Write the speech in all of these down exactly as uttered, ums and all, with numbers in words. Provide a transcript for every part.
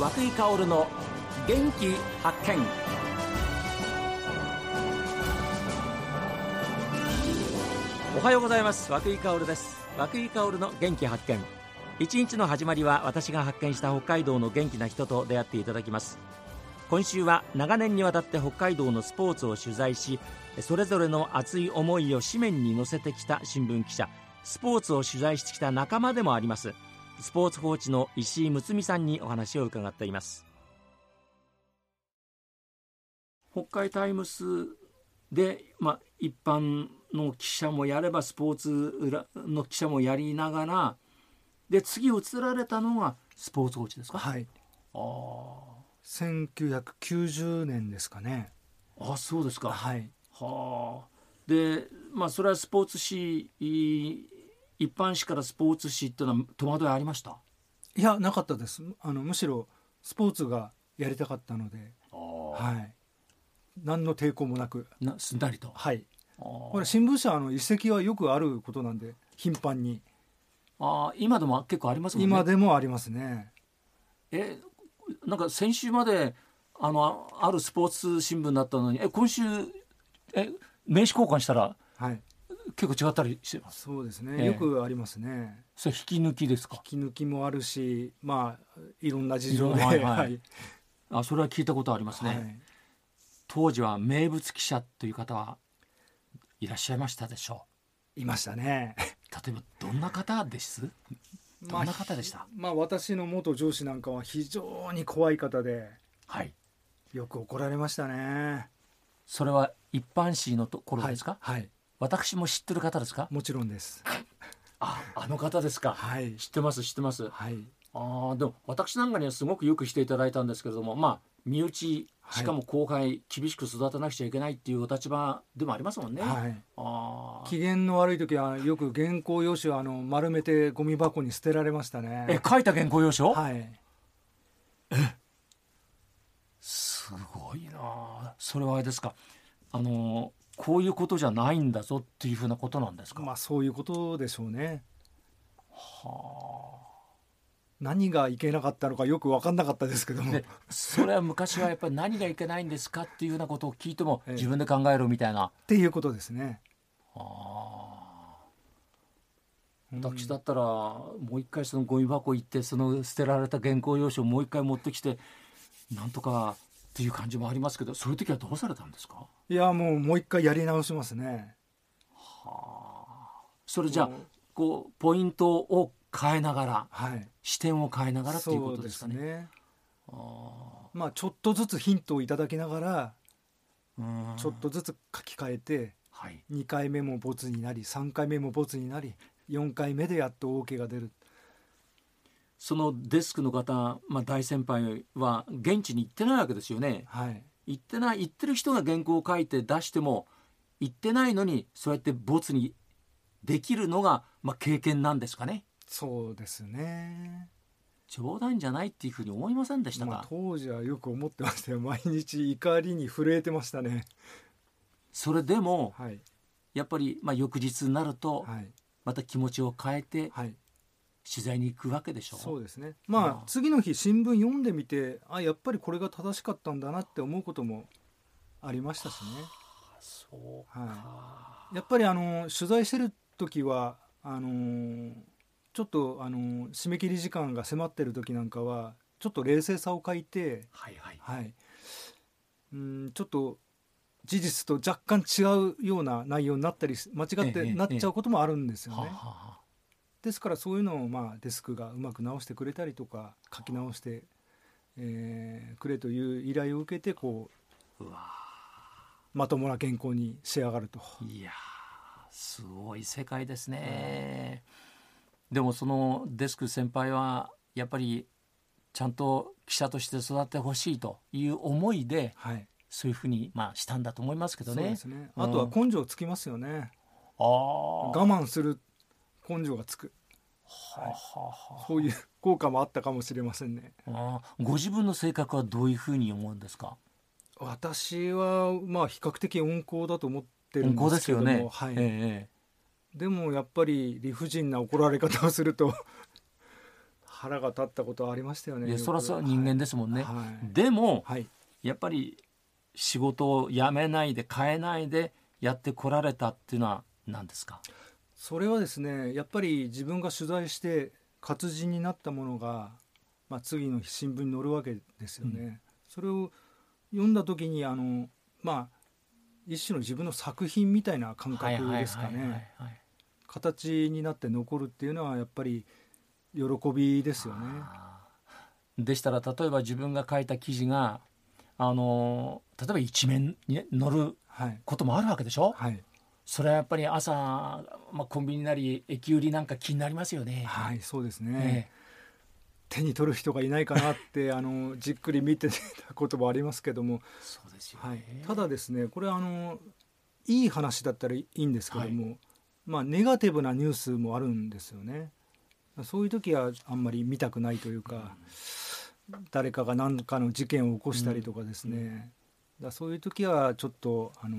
井香の元気発見。おはようございます。和久井香です。和久井香の元気発見。一日の始まりは私が発見した北海道の元気な人と出会っていただきます。今週は長年にわたって北海道のスポーツを取材し、それぞれの熱い思いを紙面に載せてきた新聞記者、スポーツを取材してきた仲間でもありますスポーツ報知の石井睦美さんにお話を伺っています。北海タイムスで、まあ、一般の記者もやればスポーツの記者もやりながらで、次移られたのがスポーツ報知ですか？ はい。 あせんきゅうひゃくきゅうじゅうねんですかね。 あ、そうですか。 はい。 はあ。で、まあそれはスポーツ紙、一般紙からスポーツ紙っていうのは戸惑いありました？ いや、なかったです。あのむしろスポーツがやりたかったので、 あ、 はい、何の抵抗もなくなすんなりと。 はい。 あ、 これ新聞社の移籍はよくあることなんで、頻繁に。 あ、今でも結構ありますもんね。 今でもありますね。 え、なんか先週まであのあるスポーツ新聞だったのに、え今週え名刺交換したら、はい、結構違ったりしてます。 そうですね、 えー、 よくありますね。 それ引き抜きですか？ 引き抜きもあるし、まあいろんな事情で、 はいはいはい、あ、それは聞いたことありますね。はい、当時は名物記者という方はいらっしゃいましたでしょう？ いましたね。 例えばどんな方です？どんな方でした？ まあ、まあ、私の元上司なんかは非常に怖い方で、はい、よく怒られましたね。 それは一般紙のところですか？ はい、はい、 私も知ってる方ですか？もちろんです。 あ、あの方ですか？はい、知ってます知ってます。はい、あ、でも私なんかにはすごくよくしていただいたんですけれども、まあ身内しかも後輩、はい、厳しく育てなくちゃいけないっていうお立場でもありますもんね。はい、 あ、機嫌の悪い時はよく原稿用紙をあの丸めてゴミ箱に捨てられましたね。 え、書いた原稿用紙を？はい。え、すごいな。それはあれですか、あのこういうことじゃないんだぞっていうふうなことなんですか？ まあそういうことでしょうね。はあ。何がいけなかったのかよく分かんなかったですけども、 それは昔はやっぱり何がいけないんですかっていうようなことを聞いても自分で考えろみたいな、 っていうことですね。 あ、私だったらもう一回そのゴミ箱行って、その捨てられた原稿用紙をもう一回持ってきてなんとかっていう感じもありますけど、そういう時はどうされたんですか？ いや、もうもう一回やり直しますね。 はあ。それじゃあこうポイントを変えながら、はい、視点を変えながらっていうことですかね。そうですね。 あ、まあちょっとずつヒントをいただきながら、ちょっとずつ書き換えて、はい、にかいめもボツになり、さんかいめもボツになり、よんかいめでやっと OK が出る。 そのデスクの方、まあ、大先輩は現地に行ってないわけですよね。はい、行ってない、行ってる人が原稿を書いて出しても、行ってないのにそうやってボツにできるのが、まあ、経験なんですかね。 そうですね。 冗談じゃないっていうふうに思いませんでしたか？ まあ、当時はよく思ってましたよ。毎日怒りに震えてましたね。 それでも、はい、やっぱり、まあ、翌日になると、はい、また気持ちを変えて、はい、取材に行くわけでしょう。 そうですね。まあ、ああ、次の日新聞読んでみて、あ、やっぱりこれが正しかったんだなって思うこともありましたしね。 そうか、 はい、やっぱりあの取材してる時はあのー、ちょっとあのー、締め切り時間が迫ってる時なんかはちょっと冷静さを欠いて、はいはいはい、うん、ちょっと事実と若干違うような内容になったり、間違ってなっちゃうこともあるんですよね。ええええ、ははは。ですからそういうのをまあデスクがうまく直してくれたりとか、書き直して、えー、くれという依頼を受けて、こう、うわ、まともな原稿に仕上がると。 いや、すごい世界ですね。でもそのデスク先輩はやっぱりちゃんと記者として育ってほしいという思いで、はい、そういうふうにまあしたんだと思いますけどね。 そうですね。あとは根性つきますよね。 あ、 我慢する根性がつく、はい、はは、そういう効果もあったかもしれませんね。 あ、ご自分の性格はどういうふうに思うんですか？ 私はまあ比較的温厚だと思ってるんですけども、温厚ですよね。はい、ええ、でもやっぱり理不尽な怒られ方をすると腹が立ったことはありましたよね。 いやそりゃそう人間ですもんね、 はい、 でも、 はい、 やっぱり仕事を辞めないで変えないでやってこられたっていうのは何ですか？ それはですね、やっぱり自分が取材して活字になったものが、まあ、次の日新聞に載るわけですよね、うん、それを読んだ時にあの、まあ、一種の自分の作品みたいな感覚ですかね。形になって残るっていうのはやっぱり喜びですよね。 でしたら例えば自分が書いた記事があの例えば一面に載ることもあるわけでしょ、はいはい、それはやっぱり朝、まあ、コンビニなり駅売りなんか気になりますよね。 はい、そうですね、えー、手に取る人がいないかなってあのじっくり見てたこともありますけども、 そうですよね、 はい、ただですね、これあのいい話だったらいいんですけども、はい、まあ、ネガティブなニュースもあるんですよね。そういう時はあんまり見たくないというか、うん、誰かが何かの事件を起こしたりとかですね、うん、だそういう時はちょっとあの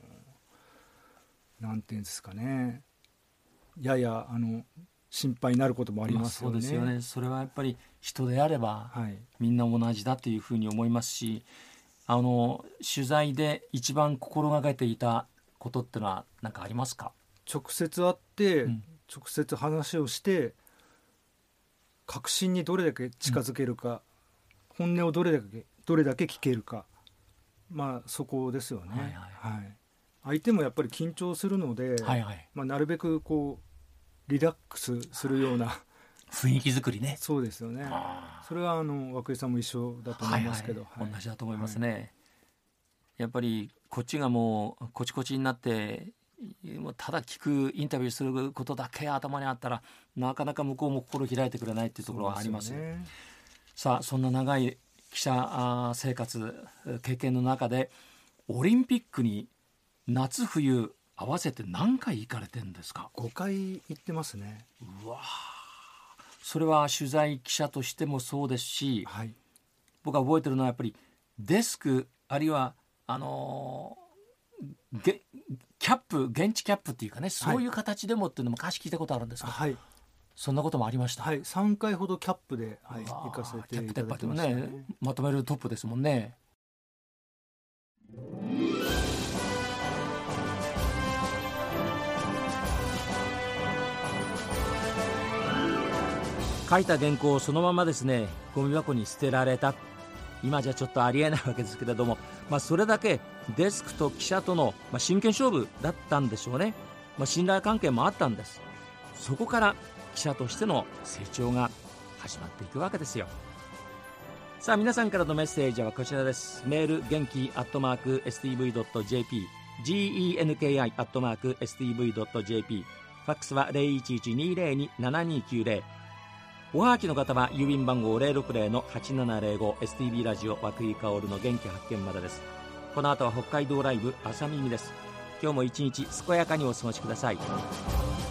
なんていうんですかね、ややあの心配になることもありますよね。 まあ、そうですよね。それはやっぱり人であれば、はい、みんな同じだというふうに思いますし、あの取材で一番心がけていたことってのは何かありますか？ 直接会って、うん、直接話をして確信にどれだけ近づけるか、うん、本音をどれだけどれだけ聞けるか、まあそこですよね、はいはいはい、相手もやっぱり緊張するので、はいはい、まあ、なるべくこうリラックスするような雰囲気作りね。 そうですよね。それはあの涌井さんも一緒だと思いますけど、 はいはい、同じだと思いますね、はい、やっぱりこっちがもうコチコチになってただ聞くインタビューすることだけ頭にあったらなかなか向こうも心開いてくれないっていうところはあります。そうですよね。さあそんな長い記者生活経験の中でオリンピックに夏冬合わせて何回行かれてるんですか？ ごかい行ってますね。 うわ、それは取材記者としてもそうですし、はい、僕が覚えてるのはやっぱりデスクあるいはあのー、キャップ現地キャップっていうかね、そういう形でもっていうのも昔聞いたことあるんですか？はい、そんなこともありました。 はい、さんかいほどキャップで、はい、行かせていただきましたね。 ね、まとめるトップですもんね。書いた原稿をそのままですねゴミ箱に捨てられた、今じゃちょっとありえないわけですけれども、まあ、それだけデスクと記者との、まあ、真剣勝負だったんでしょうね、まあ、信頼関係もあったんです。そこから記者としての成長が始まっていくわけですよ。さあ皆さんからのメッセージはこちらです。メール元気アットマーク エスティーブイドットジェーピー genki アットマーク エスティーブイドットジェーピー、 ファックスは ゼロいちいちにーゼロにーななにーきゅうゼロ、おはがきの方は郵便番号 ゼロろくゼロのはちななゼロご エスティービー ラジオ涌井薫の元気発見までです。この後は北海道ライブ朝耳です。今日も一日健やかにお過ごしください。